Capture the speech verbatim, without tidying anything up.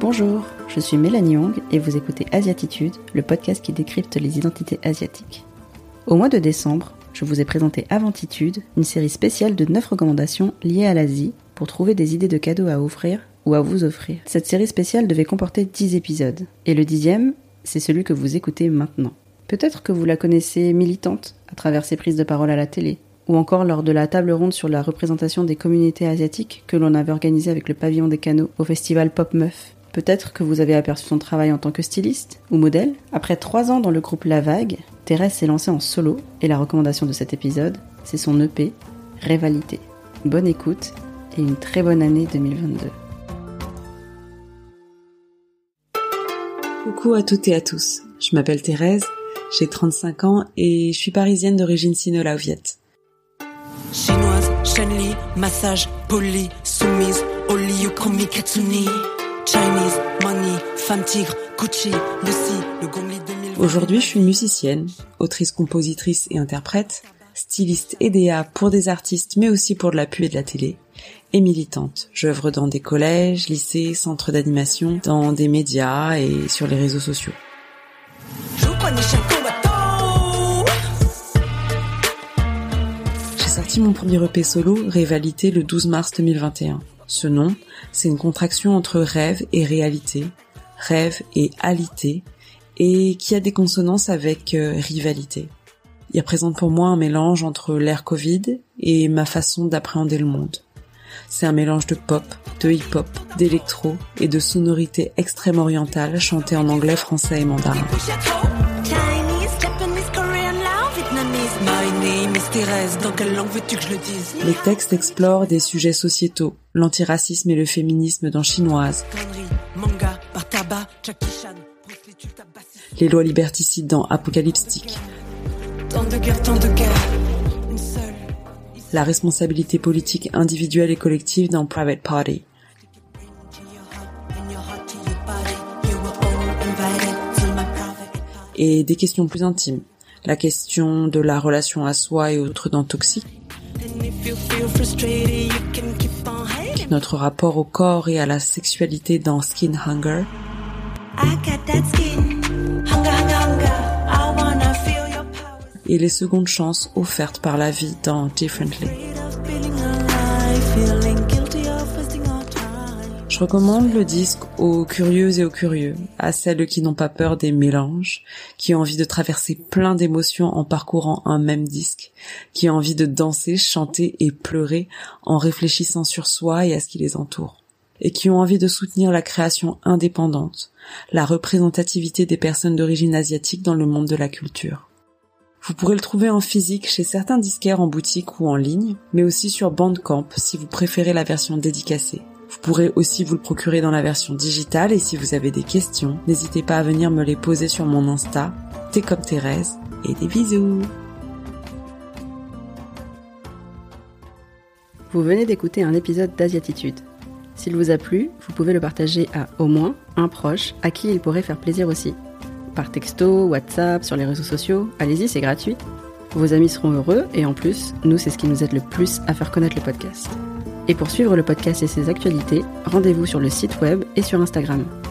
Bonjour, je suis Mélanie Hong et vous écoutez Asiatitude, le podcast qui décrypte les identités asiatiques. Au mois de décembre, je vous ai présenté Aventitude, une série spéciale de neuf recommandations liées à l'Asie pour trouver des idées de cadeaux à offrir ou à vous offrir. Cette série spéciale devait comporter dix épisodes, et le dixième, c'est celui que vous écoutez maintenant. Peut-être que vous la connaissez militante à travers ses prises de parole à la télé, ou encore lors de la table ronde sur la représentation des communautés asiatiques que l'on avait organisée avec le Pavillon des Canaux au festival Pop Meuf. Peut-être que vous avez aperçu son travail en tant que styliste ou modèle. Après trois ans dans le groupe La Vague, Thérèse s'est lancée en solo et la recommandation de cet épisode, c'est son E P, Rivalité. Bonne écoute et une très bonne année deux mille vingt-deux. Coucou à toutes et à tous, je m'appelle Thérèse, j'ai trente-cinq ans et je suis parisienne d'origine sino-laoviette. Chinoise, Shenli, massage, poli, soumise, Oli, Ukromi, Ketsuni. Chinese, money, femme tigre, Gucci, Lucy, le Gongli deux mille vingt. Aujourd'hui, je suis musicienne, autrice, compositrice et interprète, styliste et D A pour des artistes, mais aussi pour de la pub et de la télé, et militante. J'œuvre dans des collèges, lycées, centres d'animation, dans des médias et sur les réseaux sociaux. J'ai sorti mon premier E P solo, Rivalité, le douze mars deux mille vingt et un. Ce nom, c'est une contraction entre rêve et réalité, rêve et alité, et qui a des consonances avec euh, rivalité. Il représente pour moi un mélange entre l'ère Covid et ma façon d'appréhender le monde. C'est un mélange de pop, de hip-hop, d'électro et de sonorités extrême orientales chantées en anglais, français et mandarin. Les textes explorent des sujets sociétaux, l'antiracisme et le féminisme dans Chinoise, les lois liberticides dans Apocalyptique, la responsabilité politique individuelle et collective dans Private Party, et des questions plus intimes. La question de la relation à soi et autres dans Toxique, notre rapport au corps et à la sexualité dans Skin Hunger, et les secondes chances offertes par la vie dans Differently. Je recommande le disque aux curieuses et aux curieux, à celles qui n'ont pas peur des mélanges, qui ont envie de traverser plein d'émotions en parcourant un même disque, qui ont envie de danser, chanter et pleurer en réfléchissant sur soi et à ce qui les entoure, et qui ont envie de soutenir la création indépendante, la représentativité des personnes d'origine asiatique dans le monde de la culture. Vous pourrez le trouver en physique chez certains disquaires en boutique ou en ligne, mais aussi sur Bandcamp si vous préférez la version dédicacée. Vous pourrez aussi vous le procurer dans la version digitale et si vous avez des questions, n'hésitez pas à venir me les poser sur mon Insta, T'es comme Thérèse, et des bisous. Vous venez d'écouter un épisode d'Asiatitude. S'il vous a plu, vous pouvez le partager à au moins un proche à qui il pourrait faire plaisir aussi. Par texto, WhatsApp, sur les réseaux sociaux, allez-y, c'est gratuit. Vos amis seront heureux et en plus, nous, c'est ce qui nous aide le plus à faire connaître le podcast. Et pour suivre le podcast et ses actualités, rendez-vous sur le site web et sur Instagram.